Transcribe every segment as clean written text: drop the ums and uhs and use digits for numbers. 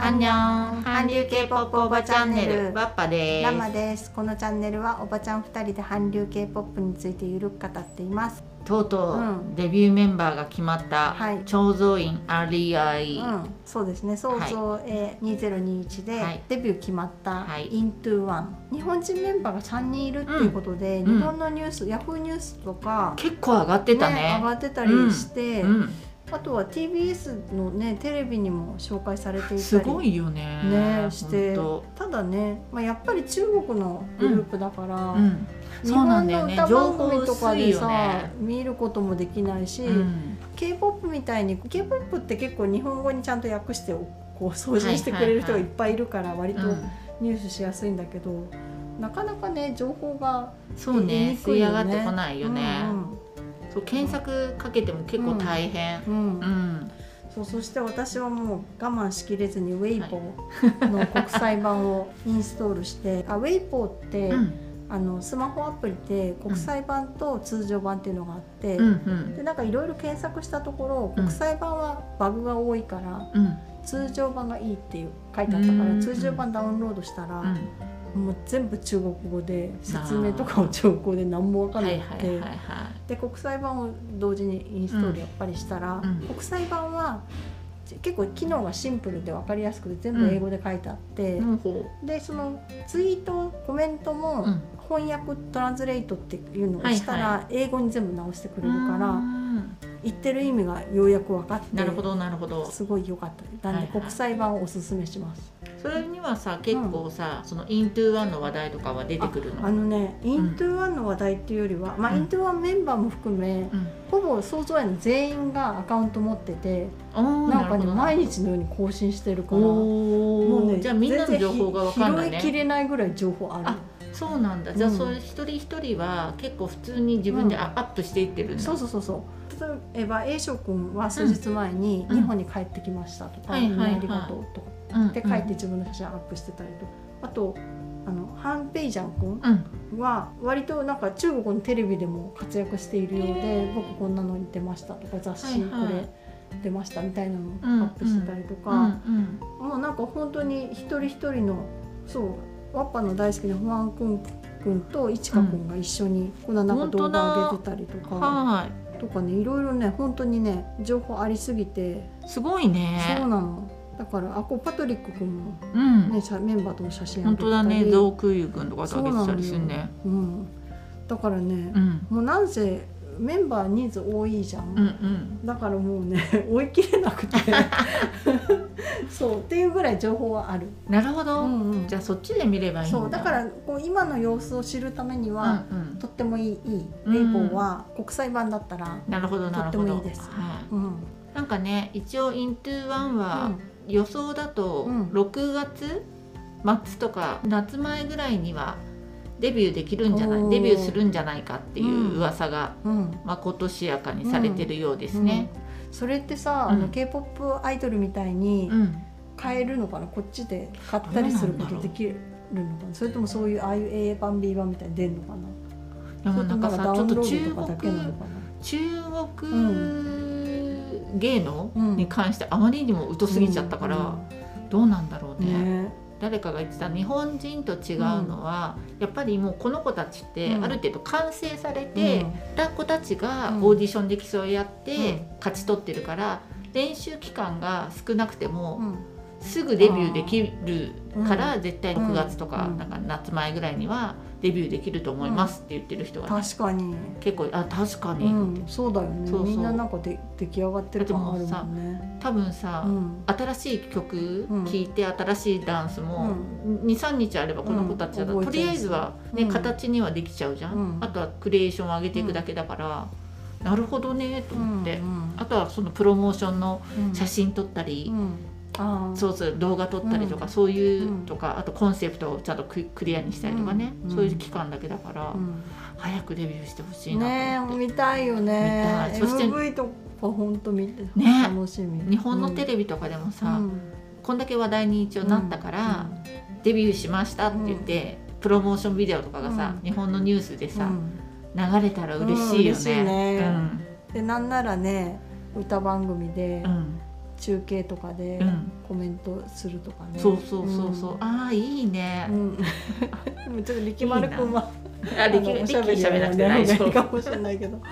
アンニョン、韓流 K-POP おばチャンネル、ワッパです。 ラマです。このチャンネルはおばちゃん2人で韓流 K-POP についてゆるく語っています。 とうとう、デビューメンバーが決まった、チョウゾインアリアイ、 そうですね、ソウゾウ2021でデビュー決まった INTO1、日本人メンバーが3人いるっていうことで、日本のニュース、ヤフーニュースとか結構上がってたね、 上がってたりして、あとは TBS のねテレビにも紹介されていたりすごいよねして、ただね、やっぱり中国のグループだから、日そうなん本のだよね、 歌番組とかでさ、 情報薄いよね、 見ることもできないし、K-POP みたいに K-POP って結構日本語にちゃんと訳してこう送信してくれる人がいっぱいいるから割とニュースしやすいんだけど、なかなかね情報がそうね、吸い上がってこないよね。そう検索かけても結構大変。 そして私はもう我慢しきれずにウェイポーの国際版をインストールしてウェイポーって、スマホアプリで国際版と通常版っていうのがあって、でなんかいろいろ検索したところ、国際版はバグが多いから、通常版がいいっていう書いてあったから、通常版ダウンロードしたら、もう全部中国語で説明とかも中国語で何も分からなくて、で国際版を同時にインストールやっぱりしたら、国際版は結構機能がシンプルで分かりやすくて全部英語で書いてあって、でそのツイートコメントも翻訳トランスレートっていうのをしたら英語に全部直してくれるから、言ってる意味がようやく分かって、 なるほどなるほど、 すごい良かった。なので国際版をおすすめします。 それにはさ、結構さ、その INTO1 の話題とかは出てくるの？ INTO1 の話題っていうよりは、INTO1 メンバーも含め、ほぼソウゾウの全員がアカウント持ってて、なんかね毎日のように更新してるから、もうねじゃあみんなの情報が分かんないね。 拾いきれないぐらい情報ある。 そうなんだ。じゃあそれ一人一人は結構普通に自分でアップしていってるんだ。 そう例えば A 翔くんは数日前に日本に帰ってきましたとか、みんなありがとうとかって書いて自分の写真アップしてたりと、あとハン・ペイジャンくんは割となんか中国のテレビでも活躍しているようで、僕こんなのに出ましたとか、雑誌これ出ましたみたいなのをアップしてたりとか、もうなんか本当に一人一人の、そうワッパの大好きなファンくんとイチカくんが一緒にこんななんか動画上げてたりとか。とかね、いろいろね本当にね情報ありすぎてすごいね。 そうなの。だからパトリック君も、メンバーとの写真本当だね、ゾウクイユ君とかと上げてたりするね。 だからね、もうなんせメンバー人数多いじゃん、だからもうね追い切れなくてそうっていうぐらい情報はある。 なるほど、じゃあそっちで見ればいいんだ。 そうだからこう今の様子を知るためには、とってもいいウェイボーは国際版だったらとってもいいです。 なんかね、一応 INTO1 は予想だと6月末とか夏前ぐらいにはデビューできるんじゃない、デビューするんじゃないかっていう噂がまことしやかにされてるようですね。 それってさ、K-POP アイドルみたいに買えるのかな、こっちで買ったりすることできるのかな、それともそういうああいう A 版 B 版みたいに出るのかな。 でもなんかさ、ちょっと中国芸能に関してあまりにも疎すぎちゃったから、どうなんだろうね。誰かが言ってた、日本人と違うのは、やっぱりもうこの子たちってある程度完成されてた子たちがオーディションで競い合って勝ち取ってるから、練習期間が少なくてもすぐデビューできるから、絶対に9月とかなんか夏前ぐらいにはデビューできると思いますって言ってる人が、 確かに結構確かに、 そうだよね。みんななんか出来上がってる感あるもんね。 多分さ、新しい曲聴いて新しいダンスも 2,3 日あればこの子たちだと、とりあえずはね、形にはできちゃうじゃん。あとはクリエーションを上げていくだけだから、なるほどねと思って、あとはそのプロモーションの写真撮ったり、動画撮ったりとか、そういうとか、あとコンセプトをちゃんとクリアにしたりとかね、そういう期間だけだから、早くデビューしてほしいなと思って。 見たいよね。 そして MV とか本当見て楽しみ。 日本のテレビとかでもさ、こんだけ話題に一応なったから、デビューしましたって言って、プロモーションビデオとかがさ、日本のニュースでさ、流れたら嬉しいよね。 でなんならね、歌番組で中継とかでコメントするとかね、 そうそうそうそう、ああいいね、 でもちょっと力丸くんはおしゃべりはねないかもしれないけど、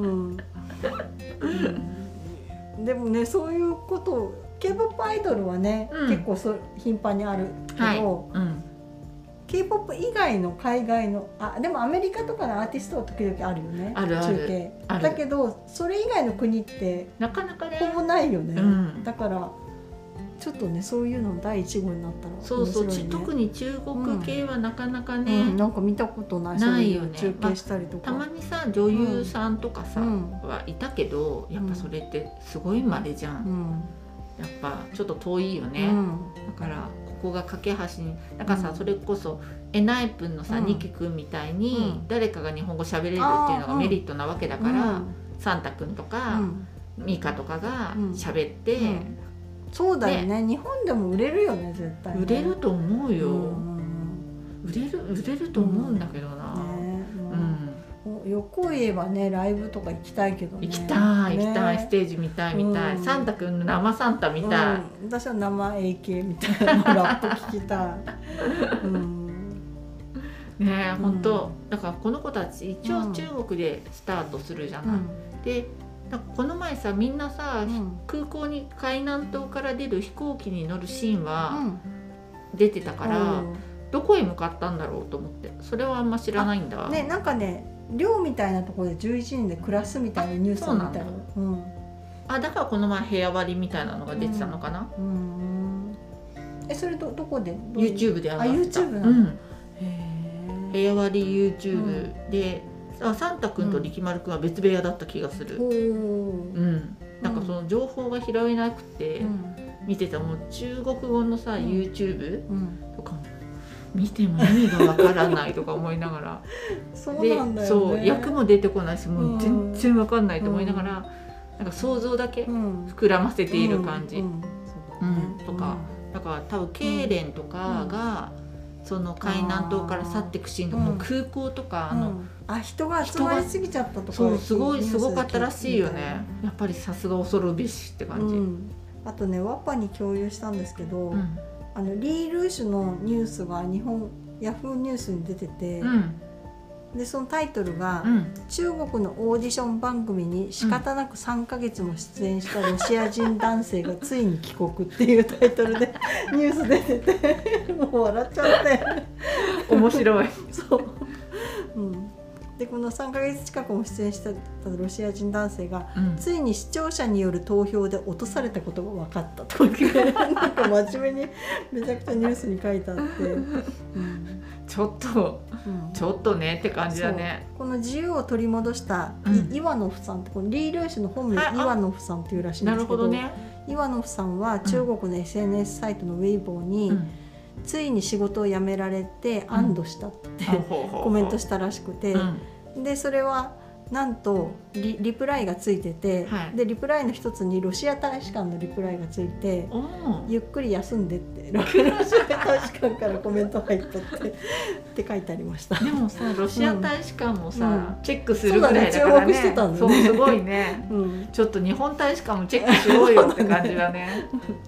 でもねそういうことを K-POP アイドルはね、結構頻繁にあるけど、K-POP 以外の海外のでもアメリカとかのアーティストは時々あるよね、中継だけどそれ以外の国ってなかなかねほぼないよね、だからちょっとねそういうの第1号になったら面白いね。 そう特に中国系はなかなかね、 なんか見たことないよね、中継したりとか、 たまにさ女優さんとかさ、はいたけどやっぱそれってすごい稀じゃん、やっぱちょっと遠いよね、だからここが架け橋にだからさ、それこそエナイプンのさ、ニキ君みたいに誰かが日本語喋れるっていうのがメリットなわけだから、サンタ君とか、ミカとかが喋って、 そうだよね、日本でも売れるよね絶対ね。 売れると思うよ、売れると思うんだけどな、 横言えばねライブとか行きたいけどね。行きたいステージ見たい、サンタ君の生サンタ見たい、 私は生 AK みたいなラップ聞きたいねえ、本当だからこの子たち一応中国でスタートするじゃない、でこの前さみんなさ、空港に海南島から出る飛行機に乗るシーンは出てたから、どこへ向かったんだろうと思って、それはあんま知らないんだ。 ね、なんかね寮みたいなところで11人で暮らすみたいなニュースみたいな、 だからこの前部屋割りみたいなのが出てたのかな、 それどこで YouTube で上がった。 YouTube なの、 部屋割り YouTube で、サンタ君と力丸君は別部屋だった気がする、なんかその情報が拾えなくて、見てたもう中国語のさ、YouTube とかも見ても意味がわからないとか思いながらそうなんだよね、 そう役も出てこないしもう全然わかんないと思いながら、なんか想像だけ膨らませている感じ、とかだから多分ケーレンとかが、その海南島から去っていくシーンとか、もう空港とか人が集まりすぎちゃったとか、 そうすごかったらしいよね。やっぱりさすが恐るべしって感じ、 あとねワッパに共有したんですけど、リー・ルーシュのニュースが日本ヤフーニュースに出てて、でそのタイトルが、中国のオーディション番組に仕方なく3ヶ月も出演したロシア人男性がついに帰国っていうタイトルでニュース出ててもう笑っちゃって面白いそう、でこの3ヶ月近くも出演したロシア人男性が、ついに視聴者による投票で落とされたことが分かったとかなんか真面目にめちゃくちゃニュースに書いてあって、 ちょっとねって感じだね。 この自由を取り戻した、イワノフさんってこのリー・ルーシュの本名イワノフさんっていうらしいんですけど、イワノフさんは中国の SNS サイトのウェイボーに、ついに仕事を辞められて安堵したってコメントしたらしくて、でそれはなんと リプライがついてて、でリプライの一つにロシア大使館のリプライがついて、ゆっくり休んでってロシア大使館からコメント入っとって書いてありました。 でもさロシア大使館もさ、チェックするぐらいだからね、 注目してたんだね。 そうすごいね、ちょっと日本大使館もチェックしようよって感じだね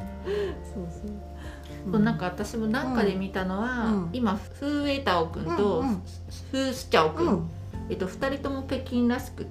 なんか私もなんかで見たのは、今フー・ウェイタオ君とフー・スチャオ君、2人とも北京らしくって、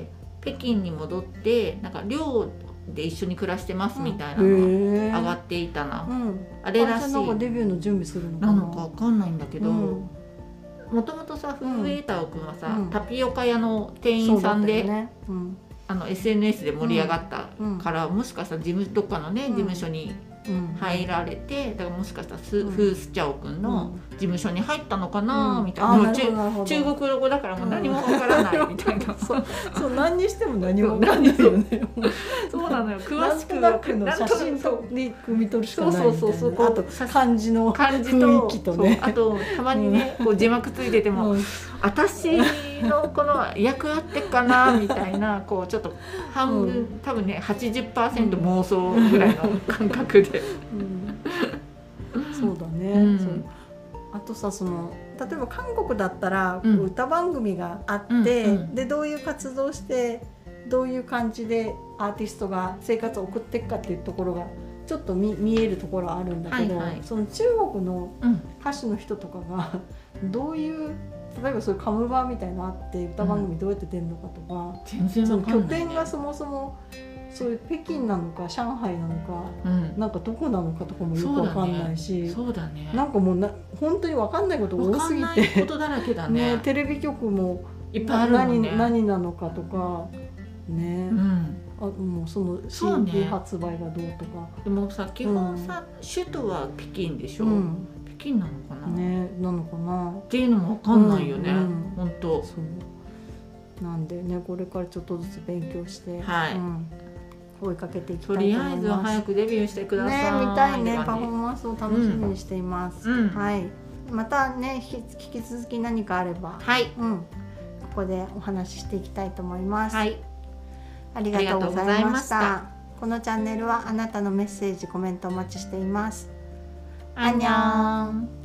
北京に戻ってなんか寮で一緒に暮らしてますみたいなのが上がっていたな、あれらしい。 なんかデビューの準備するのかな、 なのかわかんないんだけど、もともとさフー・ウェイタオ君はさ、タピオカ屋の店員さんで、SNS で盛り上がったから、もしかしたらどっかのね事務所に入られて、だからもしかしたらフー・スチャオ君の事務所に入ったのかなみたいな、中国語だからもう何もわからないみたいな、 そう何にしても何もわからないよねそうなのよ、詳しくなんとなくの写真で汲み取るしかないみたいな、あと漢字の雰囲気とね、 あとたまにねこう字幕ついてても、私のこの役あってかなみたいな、こうちょっと半分、多分ね 80% 妄想ぐらいの感覚でそうだね、あとさその例えば韓国だったら歌番組があって、でどういう活動してどういう感じでアーティストが生活を送っていくかっていうところがちょっと見えるところはあるんだけど、 はいはい、 その中国の歌手の人とかがどういう例えばそういうカムバーみたいなのあって歌番組どうやって出るのかとか、 全然わかんないね、 その拠点がそもそもそういう北京なのか上海なのか、なんかどこなのかとかもよくわかんないし、 そうだね、 なんかもう本当にわかんないこと多すぎて、 わかんないことだらけだね。 テレビ局もいっぱいあるもんね。 何なのかとかね、もうその CD 発売がどうとか。 でもさ、基本さ、首都は北京でしょ。北京なのかな。 ね、なのかな。 っていうのもわかんないよね。本当。 そうなんでね、これからちょっとずつ勉強して、追いかけていきたいととりあえずは早くデビューしてください。 ね、見たいね、パフォーマンスを楽しみにしています。はい。またね、引き続き何かあれば、ここでお話ししていきたいと思います。はい。ありがとうございました。このチャンネルはあなたのメッセージ、コメントお待ちしています。アンニョン。